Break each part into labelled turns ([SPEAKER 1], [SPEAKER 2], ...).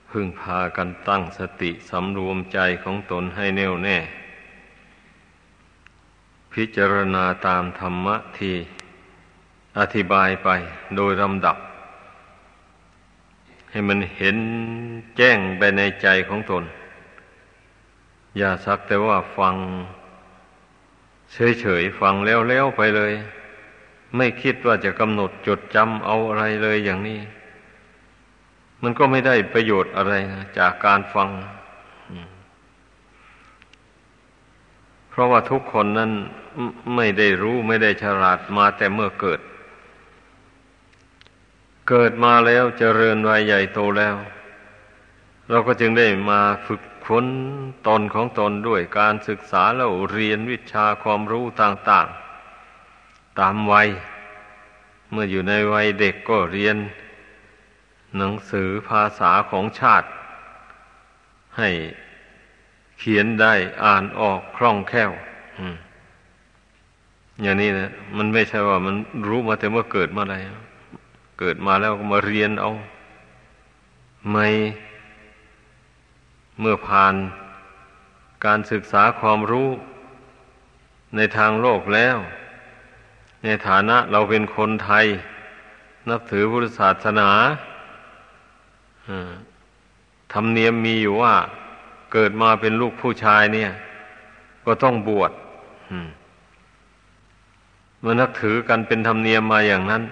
[SPEAKER 1] พึ่งพากันตั้งสติสำรวมใจของตนให้แน่วแน่พิจารณาตามธรรมะที่อธิบายไปโดยลำดับให้มันเห็นแจ้งไปในใจของตนอย่าสักแต่ว่าฟังเฉยๆฟังแล้วๆไปเลยไม่คิดว่าจะกำหนดจดจำเอาอะไรเลยอย่างนี้มันก็ไม่ได้ประโยชน์อะไรนะจากการฟังเพราะว่าทุกคนนั้นไม่ได้รู้ไม่ได้ฉลาดมาแต่เมื่อเกิดมาแล้วเจริญวัยใหญ่โตแล้วเราก็จึงได้มาฝึกฝนตนของตนด้วยการศึกษาแล้วเรียนวิชาความรู้ต่างๆตามวัยเมื่ออยู่ในวัยเด็กก็เรียนหนังสือภาษาของชาติให้เขียนได้อ่านออกคล่องแคล่วอย่างนี้นะมันไม่ใช่ว่ามันรู้มาแต่เมื่อเกิดมาอะไรเกิดมาแล้วก็มาเรียนเอาไม่เมื่อผ่านการศึกษาความรู้ในทางโลกแล้วในฐานะเราเป็นคนไทยนับถือพุทธศาสนาธรรมเนียมมีอยู่ว่าเกิดมาเป็นลูกผู้ชายเนี่ยก็ต้องบวชมันนับถือกันเป็นธรรมเนียมมาอย่างนั้น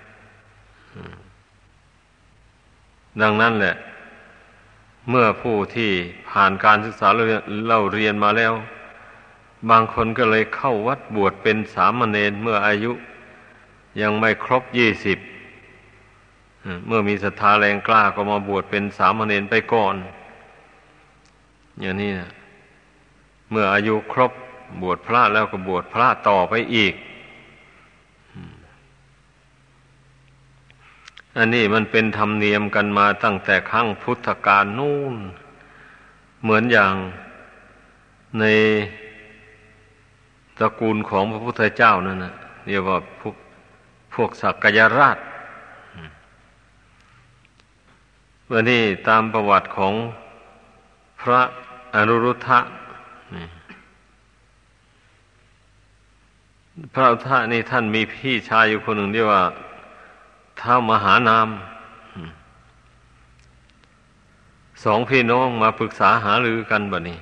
[SPEAKER 1] ดังนั้นแหละเมื่อผู้ที่ผ่านการศึกษาเล่าเรียนมาแล้วบางคนก็เลยเข้าวัดบวชเป็นสามเณรเมื่ออายุยังไม่ครบ20เมื่อมีศรัทธาแรงกล้าก็มาบวชเป็นสามเณรไปก่อนอย่างนี้นะเมื่ออายุครบบวชพระแล้วก็บวชพระต่อไปอีกอันนี้มันเป็นธรรมเนียมกันมาตั้งแต่ครั้งพุทธกาลนู่นเหมือนอย่างในตระกูลของพระพุทธเจ้านั่นนะเรียกว่าพวกสักกยราชวันนี้ตามประวัติของพระอนุรุทธะพระอนุรุทธะนี่ท่านมีพี่ชายอยู่คนหนึ่งเรียกว่าท้าวมหานามสองพี่น้องมาปรึกษาหารือกันบัดนี้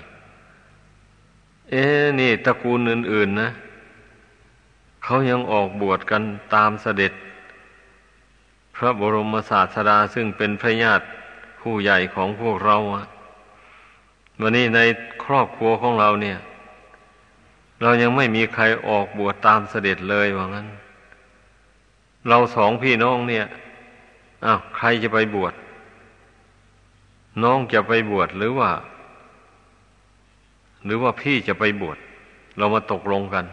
[SPEAKER 1] นี่ตระกูลอื่นๆนะเขายังออกบวชกันตามเสด็จพระบรมศาสดาซึ่งเป็นพระญาติผู้ใหญ่ของพวกเราวันนี้ในครอบครัวของเราเนี่ยเรายังไม่มีใครออกบวชตามเสด็จเลยว่างั้นเราสองพี่น้องเนี่ยใครจะไปบวชน้องจะไปบวชหรือว่าพี่จะไปบวชเรามาตกลงกัน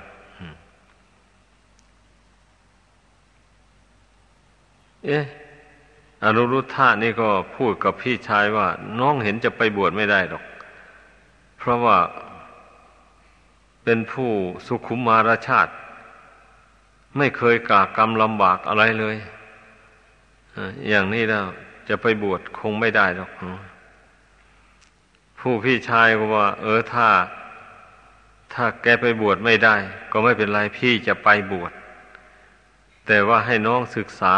[SPEAKER 1] อนุรุทธะนี่ก็พูดกับพี่ชายว่าน้องเห็นจะไปบวชไม่ได้หรอกเพราะว่าเป็นผู้สุขุมารชาติไม่เคยกากรรมลำบากอะไรเลยอย่างนี้แล้วจะไปบวชคงไม่ได้หรอกผู้พี่ชายก็ว่าถ้าแกไปบวชไม่ได้ก็ไม่เป็นไรพี่จะไปบวชแต่ว่าให้น้องศึกษา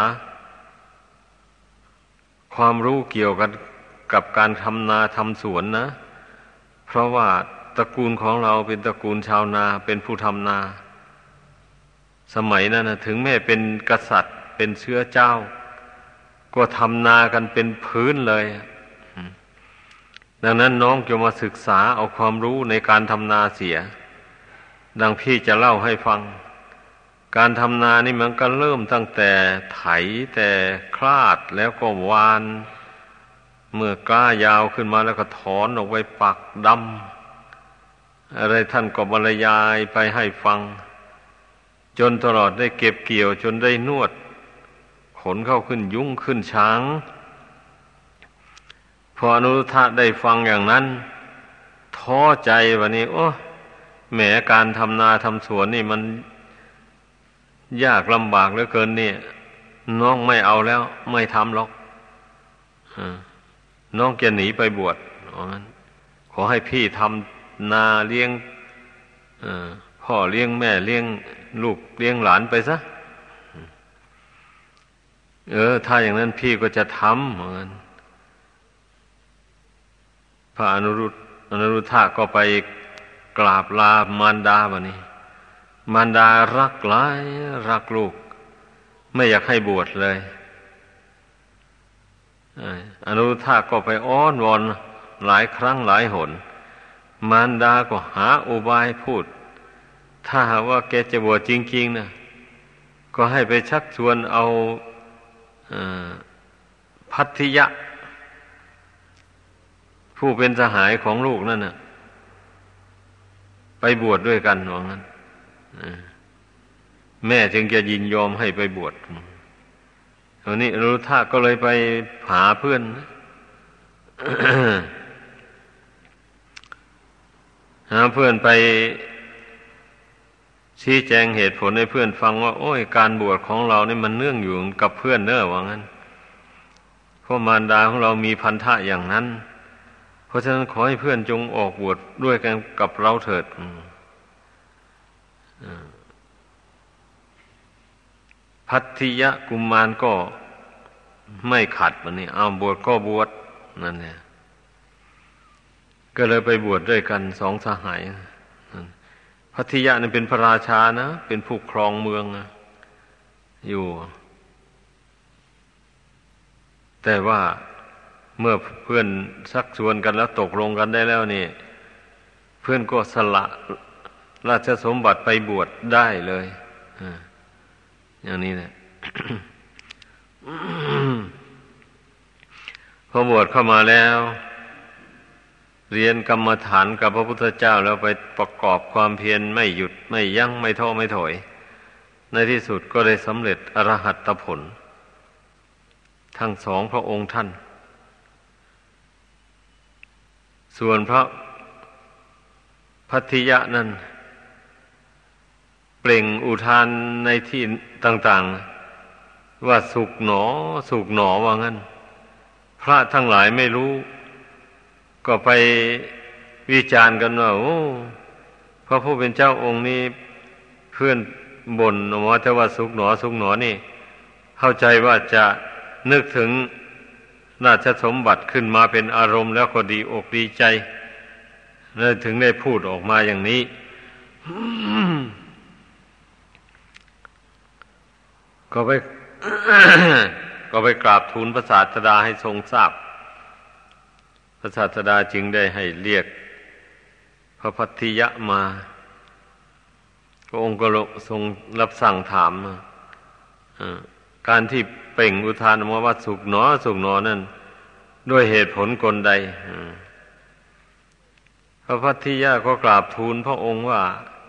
[SPEAKER 1] ความรู้เกี่ยวกันกับการทำนาทำสวนนะเพราะว่าตระกูลของเราเป็นตระกูลชาวนาเป็นผู้ทำนาสมัยนั้นนะถึงแม้เป็นกษัตริย์เป็นเชื้อเจ้าก็ทำนากันเป็นพื้นเลยดังนั้นน้องจะมาศึกษาเอาความรู้ในการทำนาเสียดังพี่จะเล่าให้ฟังการทำนานี่มันก็เริ่มตั้งแต่ไถแต่คลาดแล้วก็หว่านเมื่อกล้ายาวขึ้นมาแล้วก็ถอนออกไปปักดำอะไรท่านก็บรรยายไปให้ฟังจนตลอดได้เก็บเกี่ยวจนได้นวดขนเข้าขึ้นยุ้งขึ้นช้างพออนุรุทธะได้ฟังอย่างนั้นท้อใจวันนี้แหมการทำนาทำสวนนี่มันยากลำบากเหลือเกินนี่น้องไม่เอาแล้วไม่ทำหรอกน้องจะหนีไปบวชขอให้พี่ทำนาเลี้ยงพ่อเลี้ยงแม่เลี้ยงลูกเลี้ยงหลานไปซะถ้าอย่างนั้นพี่ก็จะทำเหมือนพระอนุรุทธะก็ไปกราบลามารดาบัดนี้มารดารักหลายรักลูกไม่อยากให้บวชเลยอนุรุทธะก็ไปอ้อนวอนหลายครั้งหลายหนมารดาก็หาอุบายพูดถ้าหากว่าแกจะบวชจริงๆนะก็ให้ไปชักชวนเอาภัททิยะผู้เป็นสหายของลูกนั่นน่ะไปบวชด้วยกันว่างั้นแม่จึงจะยินยอมให้ไปบวชตอนนี้อนุรุทธะก็เลยไปหาเพื่อน หาเพื่อนไปชี้แจงเหตุผลให้เพื่อนฟังว่าโอ้ยการบวชของเรานี่มันเนื่องอยู่กับเพื่อนเนอะว่างั้นเพราะมารดาของเรามีพันธะอย่างนั้นเพราะฉะนั้นขอให้เพื่อนจงออกบวชด้วยกันกับเราเถิดภัททิยะกุมารก็ไม่ขัดมันนี่เอาบวชก็บวชนั่นแหละก็เลยไปบวชด้วยกันสองสหายภัททิยะนี่เป็นพระราชานะเป็นผู้ครองเมืองอยู่แต่ว่าเมื่อเพื่อนชักชวนกันแล้วตกลงกันได้แล้วนี่เพื่อนก็สละราชสมบัติไปบวชได้เลยอย่างนี้แหละ พอบวชเข้ามาแล้วเรียนกรรมฐานกับพระพุทธเจ้าแล้วไปประกอบความเพียรไม่หยุดไม่ยั้งไม่ท้อไม่ถอยในที่สุดก็ได้สำเร็จอรหัตผลทั้งสองพระองค์ท่านส่วนพระภัททิยะนั้นเปล่งอุทานในที่ต่างๆว่าสุขหนอสุขหนอว่างั้นพระทั้งหลายไม่รู้ก็ไปวิจารณ์กันว่าโอ้พระผู้เป็นเจ้าองค์นี้เพื่อนบ่นว่าแต่ว่าสุขหนอสุขหนอนี่เข้าใจว่าจะนึกถึงราชสมบัติขึ้นมาเป็นอารมณ์แล้วก็ดีอกดีใจแล้วถึงได้พูดออกมาอย่างนี้ ก็ไป ก็ไปกราบทูลพระศาสดาให้ทรงทราบพระศาสดาจึงได้ให้เรียกพระภัททิยะมาพระองค์ก็ทรงรับสั่งถามการที่เปล่งอุทานออกมาว่าสุขหนอสุขหนอนั่นด้วยเหตุผลกลใดพระภัททิยะก็กราบทูลพระองค์ว่า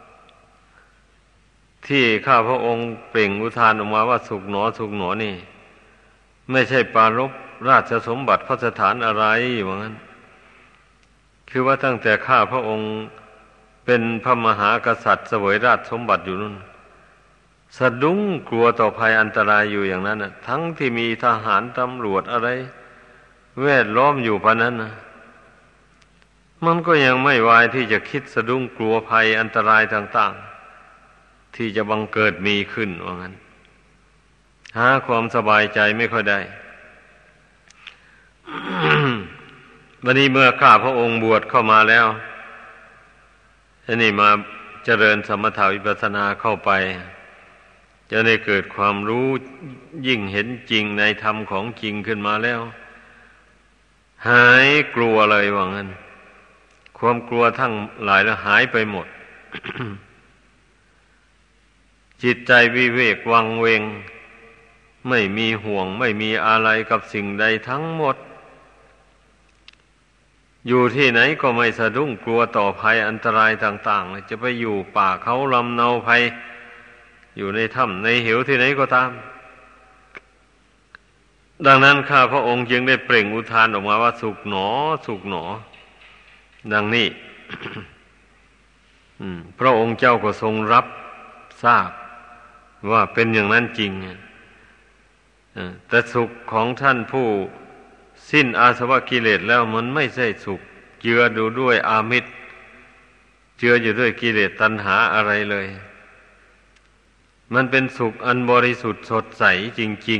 [SPEAKER 1] ที่ข้าพระองค์เปล่งอุทานออกมาว่าสุขหนอสุขหนอนี่ไม่ใช่ปรารภราชสมบัติพระสถานอะไรว่างั้นคือว่าตั้งแต่ข้าพระองค์เป็นพระมหากษัตริย์เสวยราชสมบัติอยู่นั่นสะดุ้งกลัวต่อภัยอันตรายอยู่อย่างนั้นทั้งที่มีทหารตำรวจอะไรแวดล้อมอยู่พะนั้นนะมันก็ยังไม่วายที่จะคิดสะดุ้งกลัวภัยอันตรายต่างๆที่จะบังเกิดมีขึ้นว่างั้นหาความสบายใจไม่ค่อยได้ วันนี้เมื่อข้าพระองค์บวชเข้ามาแล้วทีนี้มาเจริญสมถะวิปัสสนาเข้าไปจะได้เกิดความรู้ยิ่งเห็นจริงในธรรมของจริงขึ้นมาแล้วหายกลัวเลยว่างั้นความกลัวทั้งหลายแล้วหายไปหมด จิตใจวิเวกวังเวงไม่มีห่วงไม่มีอะไรกับสิ่งใดทั้งหมดอยู่ที่ไหนก็ไม่สะดุ้งกลัวต่อภัยอันตรายต่างๆจะไปอยู่ป่าเขาลำเนาภัยอยู่ในถ้ำในเหวที่ไหนก็ตามดังนั้นข้าพระองค์จึงได้เปล่งอุทานออกมาว่าสุขหนอสุขหนอดังนี้ พระองค์เจ้าก็ทรงรับทราบว่าเป็นอย่างนั้นจริงแต่สุขของท่านผู้เสีสิ้นอาสวะกิเลสแล้วมันไม่ใช่สุขเจืออยู่ด้วยอามิตรเจืออยู่ด้วยกิเลสตัณหาอะไรเลยมันเป็นสุขอันบริสุทธิ์สดใสจริง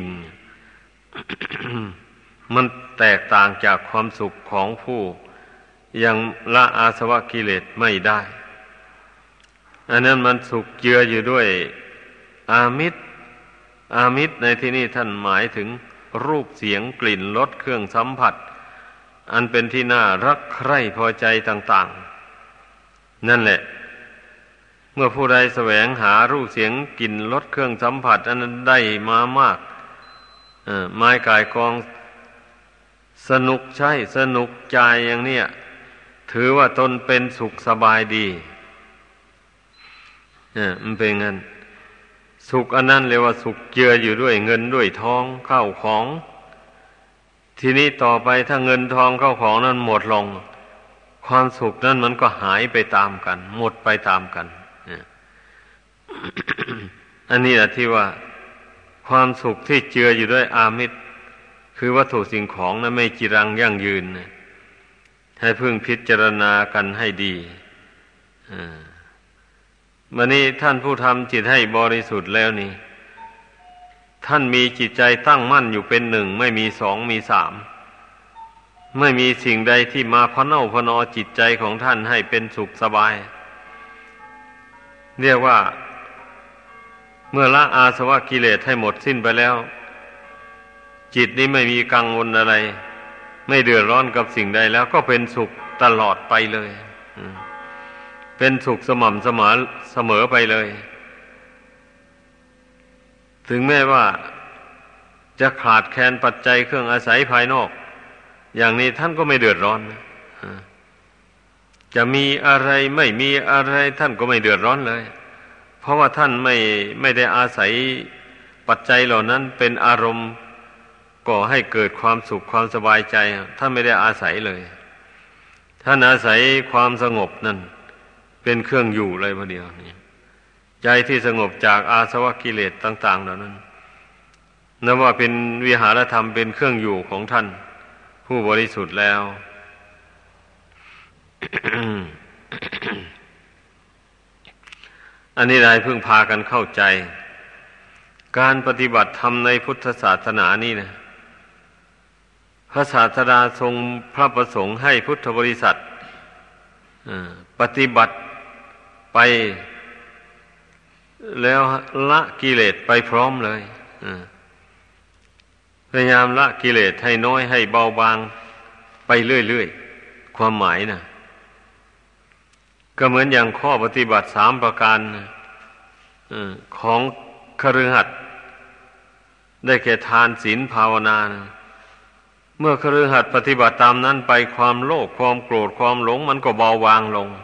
[SPEAKER 1] ๆ มันแตกต่างจากความสุขของผู้ยังละอาสวะกิเลสไม่ได้อันนั้นมันสุขเจืออยู่ด้วยอามิตรอามิตรในที่นี้ท่านหมายถึงรูปเสียงกลิ่นรสเครื่องสัมผัสอันเป็นที่น่ารักใคร่พอใจต่างๆนั่นแหละเมื่อผู้ใดแสวงหารูปเสียงกลิ่นรสเครื่องสัมผัสอันนั้นได้มามากไม้กายกองสนุกใช่สนุกใจอย่างเนี้ยถือว่าตนเป็นสุขสบายดีมันเป็นงั้นสุขอันนั้นเรียกว่าสุขเจืออยู่ด้วยเงินด้วยทองข้าวของทีนี้ต่อไปถ้าเงินทองข้าวของนั้นหมดลงความสุขนั้นมันก็หายไปตามกันหมดไปตามกัน อันนี้แหละที่ว่าความสุขที่เจืออยู่ด้วยอามิตรคือวัตถุสิ่งของนั้นไม่จีรังยั่งยืนให้พึงพิจารณากันให้ดีวันนี้ท่านผู้ทำจิตให้บริสุทธิ์แล้วนี่ท่านมีจิตใจตั้งมั่นอยู่เป็นหนึ่งไม่มีสองมีสามไม่มีสิ่งใดที่มาพะเน่าพะนอจิตใจของท่านให้เป็นสุขสบายเรียกว่าเมื่อละอาสวะกิเลสให้หมดสิ้นไปแล้วจิตนี้ไม่มีกังวลอะไรไม่เดือดร้อนกับสิ่งใดแล้วก็เป็นสุขตลอดไปเลยเป็นสุขสม่ำเสมอไปเลยถึงแม้ว่าจะขาดแคลนปัจจัยเครื่องอาศัยภายนอกอย่างนี้ท่านก็ไม่เดือดร้อนจะมีอะไรไม่มีอะไรท่านก็ไม่เดือดร้อนเลยเพราะว่าท่านไม่ได้อาศัยปัจจัยเหล่านั้นเป็นอารมณ์ก่อให้เกิดความสุขความสบายใจท่านไม่ได้อาศัยเลยท่านอาศัยความสงบนั่นเป็นเครื่องอยู่เลยพอเดียวนี่ใจที่สงบจากอาสวะกิเลสต่างๆเหล่านั้นนับว่าเป็นวิหารธรรมเป็นเครื่องอยู่ของท่านผู้บริสุทธิ์แล้ว อันนี้ได้เพิ่งพากันเข้าใจการปฏิบัติธรรมในพุทธศาสนานี่นะพระศาสดาทรงพระประสงค์ให้พุทธบริษัทปฏิบัติไปแล้วละกิเลสไปพร้อมเลยพยายามละกิเลสให้น้อยให้เบาบางไปเรื่อยๆความหมายนะก็เหมือนอย่างข้อปฏิบัติ3ประการของคฤหัสถ์ได้แก่ทานศีลภาวนานะเมื่อคฤหัสถ์ปฏิบัติตามนั้นไปความโลภความโกรธความหลงมันก็เบาบางลง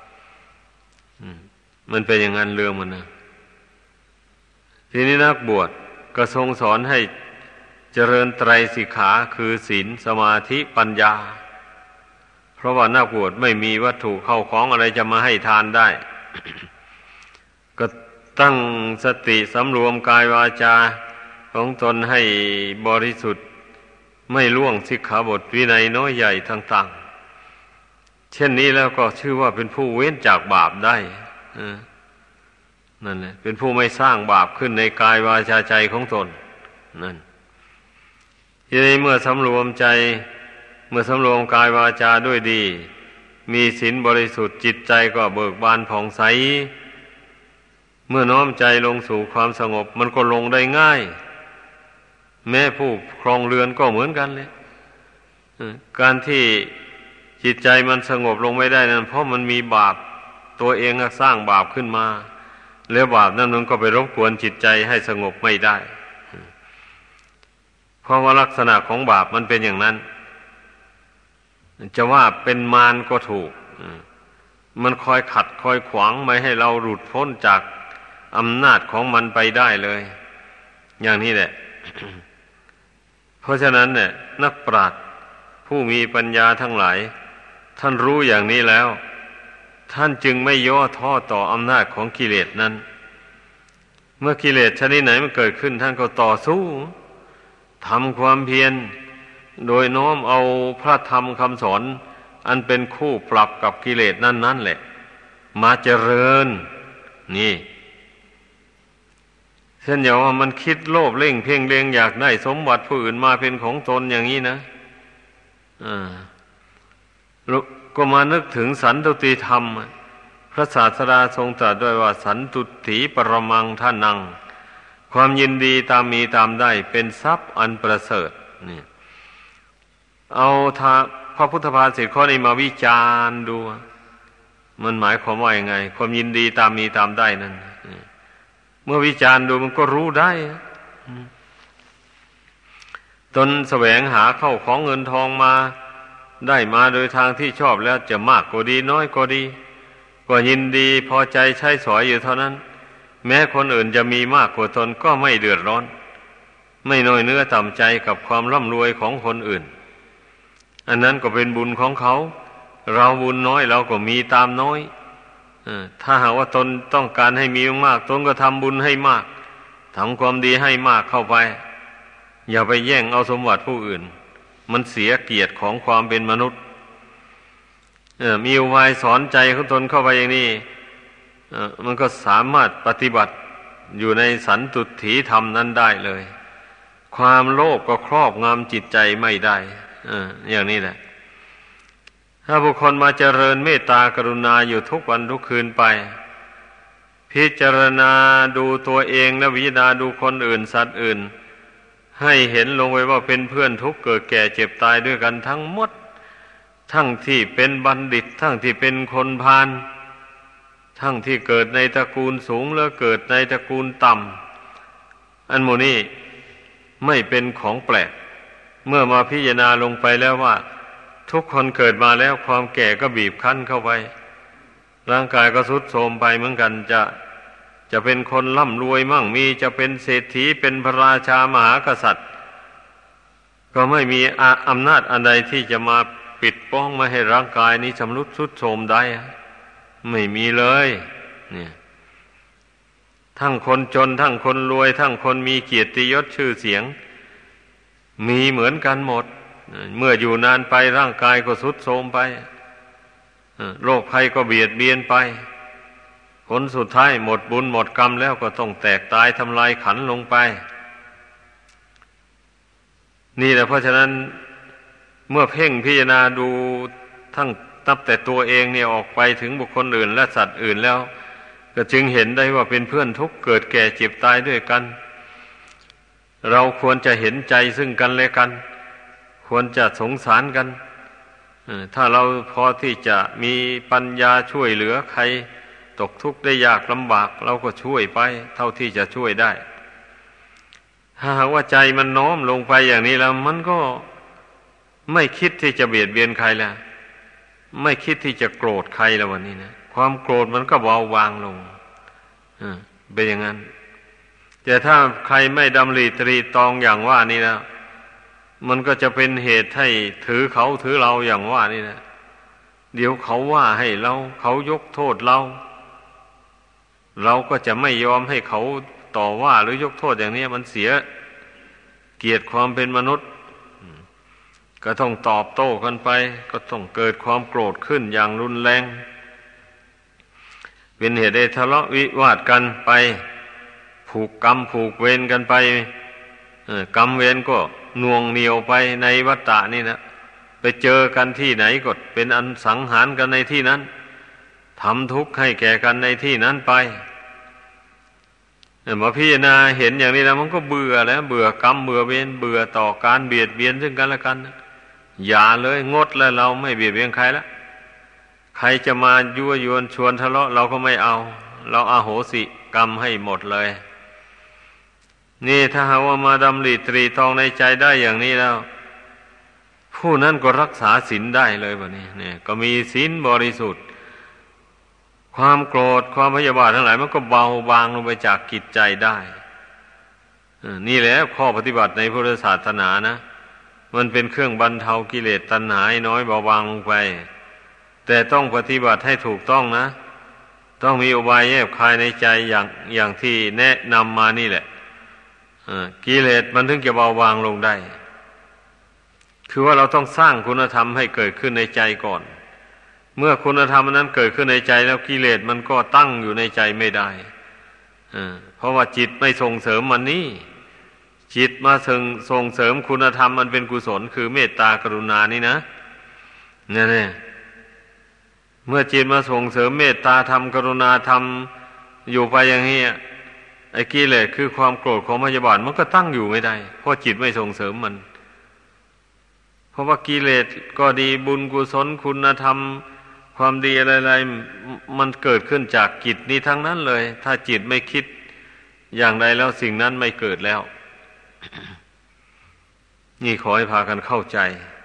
[SPEAKER 1] มันเป็นอย่างนั้นเรื่องมันนะทีนี้นักบวชก็ทรงสอนให้เจริญไตรสิกขาคือศีลสมาธิปัญญาเพราะว่านักบวชไม่มีวัตถุเข้าของอะไรจะมาให้ทานได้ ก็ตั้งสติสำรวมกายวาจาของตนให้บริสุทธิ์ไม่ล่วงสิกขาบทวินัยน้อยใหญ่ต่างๆเช่นนี้แล้วก็ชื่อว่าเป็นผู้เว้นจากบาปได้นั่นแหละเป็นผู้ไม่สร้างบาปขึ้นในกายวาจาใจของตนนั่นทีนี้เมื่อสำรวมใจเมื่อสำรวมกายวาจาด้วยดีมีศีลบริสุทธิ์จิตใจก็เบิกบานผ่องใสเมื่อน้อมใจลงสู่ความสงบมันก็ลงได้ง่ายแม้ผู้ครองเรือนก็เหมือนกันเลยการที่จิตใจมันสงบลงไม่ได้นั้นเพราะมันมีบาปตัวเองสร้างบาปขึ้นมาแล้วบาปนั้นมันก็ไปรบกวนจิตใจให้สงบไม่ได้เพราะว่าลักษณะของบาปมันเป็นอย่างนั้นจะว่าเป็นมารก็ถูกมันคอยขัดคอยขวางไม่ให้เราหลุดพ้นจากอำนาจของมันไปได้เลยอย่างนี้แหละ เพราะฉะนั้นเนี่ยนักปราชญ์ผู้มีปัญญาทั้งหลายท่านรู้อย่างนี้แล้วท่านจึงไม่ย่อท้อต่ออำนาจของกิเลสนั้นเมื่อกิเลสชนิดไหนมันเกิดขึ้นท่านก็ต่อสู้ทำความเพียรโดยน้อมเอาพระธรรมคำสอนอันเป็นคู่ปรับกับกิเลสนั่นแหละมาเจริญนี่เช่นอย่างว่ามันคิดโลภเร่งเพ่งเล็งอยากได้สมบัติผู้อื่นมาเป็นของตนอย่างนี้นะก็มานึกถึงสันตุติธรรมพระศาสดาทรงตรัสด้วยว่าสันตุถีปรมังทานังความยินดีตามมีตามได้เป็นทรัพย์อันประเสริฐนี่เอาพระพุทธภาษิตข้อนี้มาวิจารณ์ดูมันหมายความว่ายังไงความยินดีตามมีตามได้นั่นเมื่อวิจารณ์ดูมันก็รู้ได้ตนแสวงหาเข้าของเงินทองมาได้มาโดยทางที่ชอบแล้วจะมากก็ดีน้อยก็ดีก็ยินดีพอใจใช้สอยอยู่เท่านั้นแม้คนอื่นจะมีมากกว่าตนก็ไม่เดือดร้อนไม่น้อยเนื้อต่ำใจกับความร่ำรวยของคนอื่นอันนั้นก็เป็นบุญของเขาเราบุญน้อยเราก็มีตามน้อยถ้าหากว่าตนต้องการให้มีมากตนก็ทำบุญให้มากทำความดีให้มากเข้าไปอย่าไปแย่งเอาสมบัติผู้อื่นมันเสียเกียรติของความเป็นมนุษย์มีอุบายสอนใจของตนเข้าไปอย่างนี้มันก็สามารถปฏิบัติอยู่ในสันตุถีธรรมนั้นได้เลยความโลภก็ครอบงำจิตใจไม่ได้อย่างนี้แหละถ้าบุคคลมาเจริญเมตตากรุณาอยู่ทุกวันทุกคืนไปพิจารณาดูตัวเองและวิจารณาดูคนอื่นสัตว์อื่นให้เห็นลงไว้ว่าเป็นเพื่อนทุกข์เกิดแก่เจ็บตายด้วยกันทั้งหมดทั้งที่เป็นบัณฑิตทั้งที่เป็นคนพาลทั้งที่เกิดในตระกูลสูงและเกิดในตระกูลต่ำอันโมนี้ไม่เป็นของแปลกเมื่อมาพิจารณาลงไปแล้วว่าทุกคนเกิดมาแล้วความแก่ก็บีบคั้นเข้าไปร่างกายก็ทรุดโทรมไปเหมือนกันจะเป็นคนร่ำรวยมั่งมีจะเป็นเศรษฐีเป็นพระราชามหากษัตริย์ก็ไม่มีอำนาจอันใดที่จะมาปิดป้องไม่ให้ร่างกายนี้ชำรุดทรุดโทรมได้ไม่มีเลยเนี่ยทั้งคนจนทั้งคนรวยทั้งคนมีเกียรติยศชื่อเสียงมีเหมือนกันหมดเมื่ออยู่นานไปร่างกายก็ทรุดโทรมไปโรคภัยก็เบียดเบียนไปผลสุดท้ายหมดบุญหมดกรรมแล้วก็ต้องแตกตายทำลายขันธ์ลงไปนี่แหละเพราะฉะนั้นเมื่อเพ่งพิจารณาดูทั้งนับแต่ตัวเองเนี่ยออกไปถึงบุคคลอื่นและสัตว์อื่นแล้วก็จึงเห็นได้ว่าเป็นเพื่อนทุกข์เกิดแก่เจ็บตายด้วยกันเราควรจะเห็นใจซึ่งกันและกันควรจะสงสารกันถ้าเราพอที่จะมีปัญญาช่วยเหลือใครตกทุกข์ได้ยากลำบากเราก็ช่วยไปเท่าที่จะช่วยได้ถ้าหากว่าใจมันน้อมลงไปอย่างนี้แล้วมันก็ไม่คิดที่จะเบียดเบียนใครแล้วไม่คิดที่จะโกรธใครแล้ววันนี้นะความโกรธมันก็เบาบางลงเป็นอย่างนั้นแต่ถ้าใครไม่ดำริตรีตรองอย่างว่านี่นะมันก็จะเป็นเหตุให้ถือเขาถือเราอย่างว่านี่นะเดี๋ยวเขาว่าให้เราเขายกโทษเราก็จะไม่ยอมให้เขาต่อว่าหรือยกโทษอย่างนี้มันเสียเกียรติความเป็นมนุษย์ก็ต้องตอบโต้กันไปก็ต้องเกิดความโกรธขึ้นอย่างรุนแรงเป็นเหตุให้ทะเลาะวิวาทกันไปผูกกรรมผูกเวรกันไปกรรมเวรก็น่วงเหนี่ยวไปในวัฏฏะนี่นะไปเจอกันที่ไหนก็เป็นอันสังหารกันในที่นั้นทำทุกข์ให้แก่กันในที่นั้นไปมาพิจารณาเห็นอย่างนี้แล้วมันก็เบื่อแล้วเบื่อกรรมเบื่อเวรเบื่อต่อการเบียดเบียนซึ่งกันและกันอย่าเลยงดแล้วเราไม่เบียดเบียนใครแล้วใครจะมายั่วยวนชวนทะเลาะเราก็ไม่เอาเราอโหสิกรรมให้หมดเลยนี่ถ้าหากว่ามาดำริตรีตรองในใจได้อย่างนี้แล้วผู้นั้นก็รักษาศีลได้เลยวันนี้เนี่ยก็มีศีลบริสุทธิ์ความโกรธความพยาบาททั้งหลายมันก็เบาบางลงไปจากกิจใจได้นี่แหละข้อปฏิบัติในพุทธศาสนานะมันเป็นเครื่องบรรเทากิเลสตัณหาน้อยเบาบางลงไปแต่ต้องปฏิบัติให้ถูกต้องนะต้องมีอุบายแยบคายในใจอย่างที่แนะนำมานี่แหละกิเลสมันถึงจะเบาบางลงได้คือว่าเราต้องสร้างคุณธรรมให้เกิดขึ้นในใจก่อนเมื่อคุณธรรมนั้นเกิดขึ้นในใจแล้วกิเลสมันก็ตั้งอยู่ในใจไม่ได้เพราะว่าจิตไม่ส่งเสริมมันนี่จิตมาส่งเสริมคุณธรรมมันเป็นกุศลคือเมตตากรุณานี่นะเนี่ยเมื่อจิตมาส่งเสริมเมตตาธรรมกรุณาธรรมอยู่ไปอย่างนี้ไอ้กิเลสคือความโกรธความพยาบาทมันก็ตั้งอยู่ไม่ได้เพราะจิตไม่ส่งเสริมมันเพราะว่ากิเลสก็ดีบุญกุศลคุณธรรมความดีอะไรๆมันเกิดขึ้นจากจิตนี้ทั้งนั้นเลยถ้าจิตไม่คิดอย่างใดแล้วสิ่งนั้นไม่เกิดแล้ว นี่ขอให้พากันเข้าใจ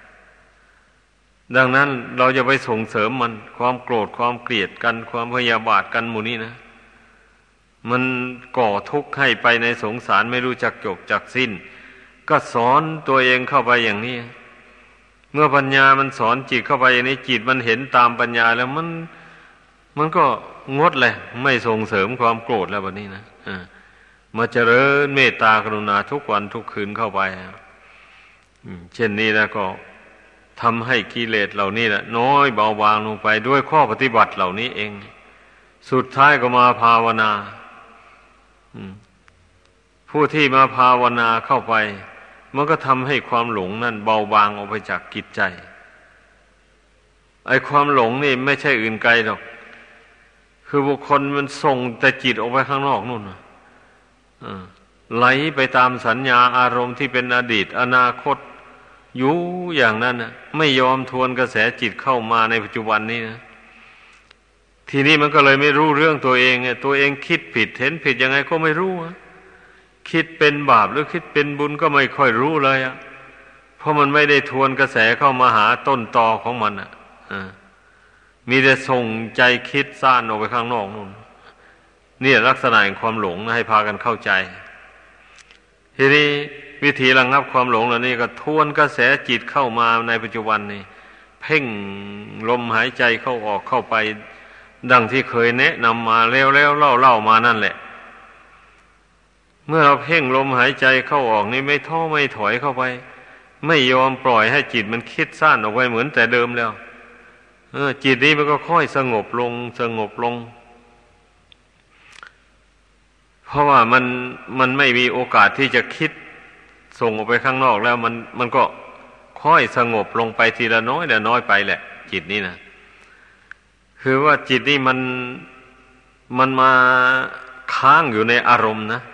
[SPEAKER 1] ดังนั้นเราจะไปส่งเสริมมันความโกรธความเกลียดกันความพยาบาทกันหมู่นี้นะมันก่อทุกข์ให้ไปในสงสารไม่รู้จักจบจักสิ้นก็สอนตัวเองเข้าไปอย่างนี้เมื่อปัญญามันสอนจิตเข้าไปอย่างนี้จิตมันเห็นตามปัญญาแล้วมันก็งดเลยไม่ส่งเสริมความโกรธแล้วแบบนี้นะมาเจริญเมตตากรุณาทุกวันทุกคืนเข้าไปเช่นนี้แล้วก็ทำให้กิเลสเหล่านี้แหละน้อยเบาบางลงไปด้วยข้อปฏิบัติเหล่านี้เองสุดท้ายก็มาภาวนาผู้ที่มาภาวนาเข้าไปมันก็ทำให้ความหลงนั่นเบาบางออกไปจากจิตใจไอ้ความหลงนี่ไม่ใช่อื่นไกลหรอกคือบุคคลมันส่งแต่จิตออกไปข้างนอกนู่นไหลไปตามสัญญาอารมณ์ที่เป็นอดีตอนาคตอยู่อย่างนั้นนะไม่ยอมทวนกระแสจิตเข้ามาในปัจจุบันนี้นะทีนี้มันก็เลยไม่รู้เรื่องตัวเองตัวเองคิดผิดเห็นผิดยังไงก็ไม่รู้คิดเป็นบาปหรือคิดเป็นบุญก็ไม่ค่อยรู้เลยเพราะมันไม่ได้ทวนกระแสเข้ามาหาต้นตอของมันมีแต่ส่งใจคิดซ่านออกไปข้างนอกนู่นนี่ลักษณะแห่งความหลงนะให้พากันเข้าใจทีนี้วิธีระงับความหลงเหล่านี้ก็ทวนกระแสจิตเข้ามาในปัจจุบันนี้เพ่งลมหายใจเข้าออกเข้าไปดังที่เคยแนะนำมาแล้วเล่ามานั่นแหละเมื่อเราเพ่งลมหายใจเข้าออกนี่ไม่ท้อไม่ถอยเข้าไปไม่ยอมปล่อยให้จิตมันคิดซ่านออกไปเหมือนแต่เดิมแล้วจิตนี้มันก็ค่อยสงบลงเพราะว่ามันไม่มีโอกาสที่จะคิดส่งออกไปข้างนอกแล้วมันก็ค่อยสงบลงไปทีละน้อยไปแหละจิตนี้นะคือว่าจิตนี่มันมาค้างอยู่ในอารมณ์นะ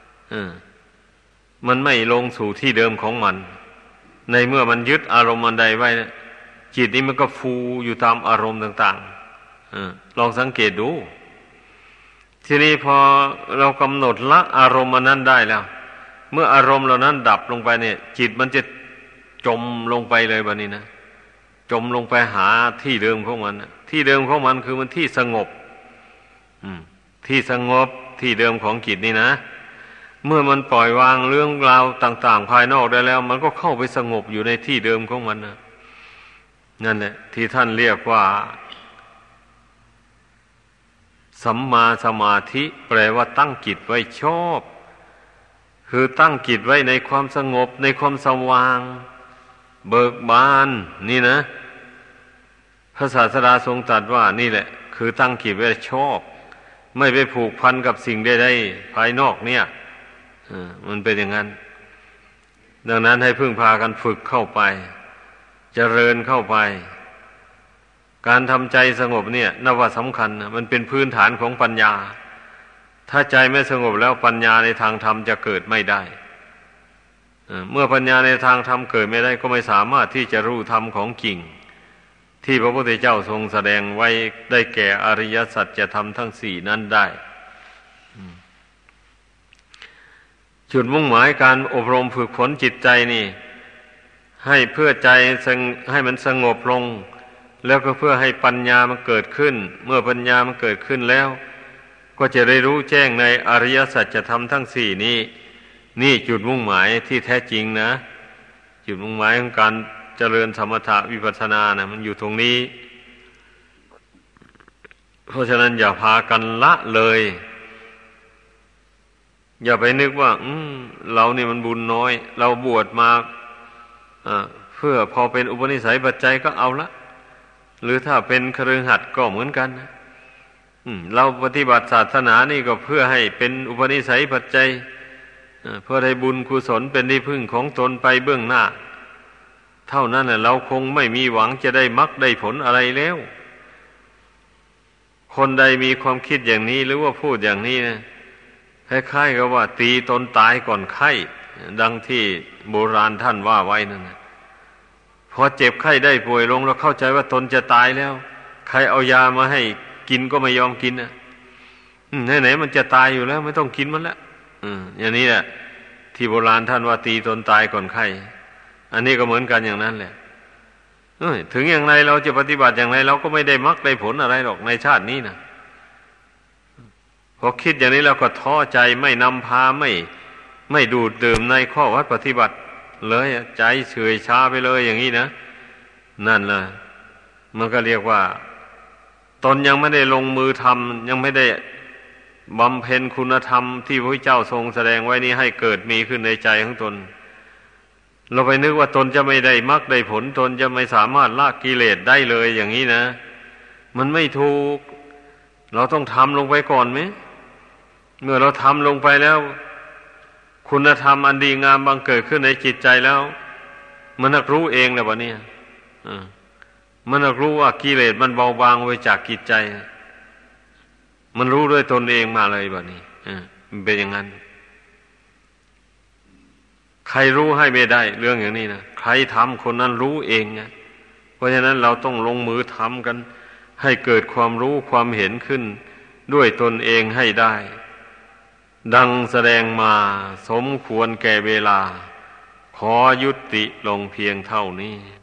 [SPEAKER 1] มันไม่ลงสู่ที่เดิมของมันในเมื่อมันยึดอารมณ์อันใดไว้จิตนี้มันก็ฟูอยู่ตามอารมณ์ต่างๆลองสังเกตดูทีนี้พอเรากำหนดละอารมณ์อันนั้นได้แล้วเมื่ออารมณ์เหล่านั้นดับลงไปเนี่ยจิตมันจะจมลงไปเลยบัดนี้นะจมลงไปหาที่เดิมของมันที่เดิมของมันคือมันที่สงบที่สงบที่เดิมของจิตนี่นะเมื่อมันปล่อยวางเรื่องราวต่างๆภายนอกได้แล้วมันก็เข้าไปสงบอยู่ในที่เดิมของมันนะนั่นแหละที่ท่านเรียกว่าสัมมาสมาธิแปลว่าตั้งจิตไว้ชอบคือตั้งจิตไว้ในความสงบในความสว่างเบิกบานนี่นะพระศาสดาทรงตรัสว่านี่แหละคือตั้งจิตไว้ชอบไม่ไปผูกพันกับสิ่งใดๆภายนอกเนี่ยมันเป็นอย่างนั้นดังนั้นให้พึ่งพากันฝึกเข้าไปเจริญเข้าไปการทำใจสงบเนี่ยนับว่าสำคัญนะมันเป็นพื้นฐานของปัญญาถ้าใจไม่สงบแล้วปัญญาในทางธรรมจะเกิดไม่ได้เมื่อปัญญาในทางธรรมเกิดไม่ได้ก็ไม่สามารถที่จะรู้ธรรมของจริงที่พระพุทธเจ้าทรงแสดงไว้ได้แก่อริยสัจธรรมทั้งสี่นั้นได้จุดมุ่งหมายการอบรมฝึกฝนจิตใจนี่ให้เพื่อใจให้มันสงบลงแล้วก็เพื่อให้ปัญญามันเกิดขึ้นเมื่อปัญญามันเกิดขึ้นแล้วก็จะได้รู้แจ้งในอริยสัจธรรมทั้งสี่นี้นี่จุดมุ่งหมายที่แท้จริงนะจุดมุ่งหมายของการเจริญสมถะวิปัสสนานะมันอยู่ตรงนี้เพราะฉะนั้นอย่าพากันละเลยอย่าไปนึกว่าเรานี่มันบุญน้อยเราบวชมาเพื่อพอเป็นอุปนิสัยปัจจัยก็เอาละหรือถ้าเป็นคฤหัสถ์ก็เหมือนกันนะเราปฏิบัติศาสนานี่ก็เพื่อให้เป็นอุปนิสัยปัจจัยเพื่อได้บุญกุศลเป็นที่พึ่งของตนไปเบื้องหน้าเท่านั้นแหละเราคงไม่มีหวังจะได้มรรคได้ผลอะไรแล้วคนใดมีความคิดอย่างนี้หรือว่าพูดอย่างนี้นะคล้ายๆกับว่าตีตนตายก่อนไข้ดังที่โบราณท่านว่าไว้นั่นนะพอเจ็บไข้ได้ป่วยลงแล้วเข้าใจว่าตนจะตายแล้วใครเอายามาให้กินก็ไม่ยอมกินนะไหนๆมันจะตายอยู่แล้วไม่ต้องกินมันละอย่างนี้แหละที่โบราณท่านว่าตีตนตายก่อนไข้อันนี้ก็เหมือนกันอย่างนั้นแหละถึงอย่างไรเราจะปฏิบัติอย่างไรเราก็ไม่ได้มรรคได้ผลอะไรหรอกในชาตินี้นะพอคิดอย่างนี้เราก็ท้อใจไม่นำพาไม่ดูดดื่มในข้อวัดปฏิบัติเลยใจเฉื่อยชาไปเลยอย่างนี้นะนั่นล่ะมันก็เรียกว่าตนยังไม่ได้ลงมือทำยังไม่ได้บำเพ็ญคุณธรรมที่พระเจ้าทรงแสดงไว้นี้ให้เกิดมีขึ้นในใจของตนเราไปนึกว่าตนจะไม่ได้มรรคได้ผลตนจะไม่สามารถละกิเลสได้เลยอย่างนี้นะมันไม่ถูกเราต้องทำลงไปก่อนไหมเมื่อเราทำลงไปแล้วคุณธรรมอันดีงามบังเกิดขึ้นในจิตใจแล้วมันนักรู้เองแล้ววะเนี่ยมันนักรู้ว่ากิเลสมันเบาบางไปจากจิตใจมันรู้ด้วยตนเองมาเลยแบบนี้มันเป็นอย่างนั้นใครรู้ให้ไม่ได้เรื่องอย่างนี้นะใครทำคนนั้นรู้เองไงเพราะฉะนั้นเราต้องลงมือทำกันให้เกิดความรู้ความเห็นขึ้นด้วยตนเองให้ได้ดังแสดงมาสมควรแก่เวลาขอยุติลงเพียงเท่านี้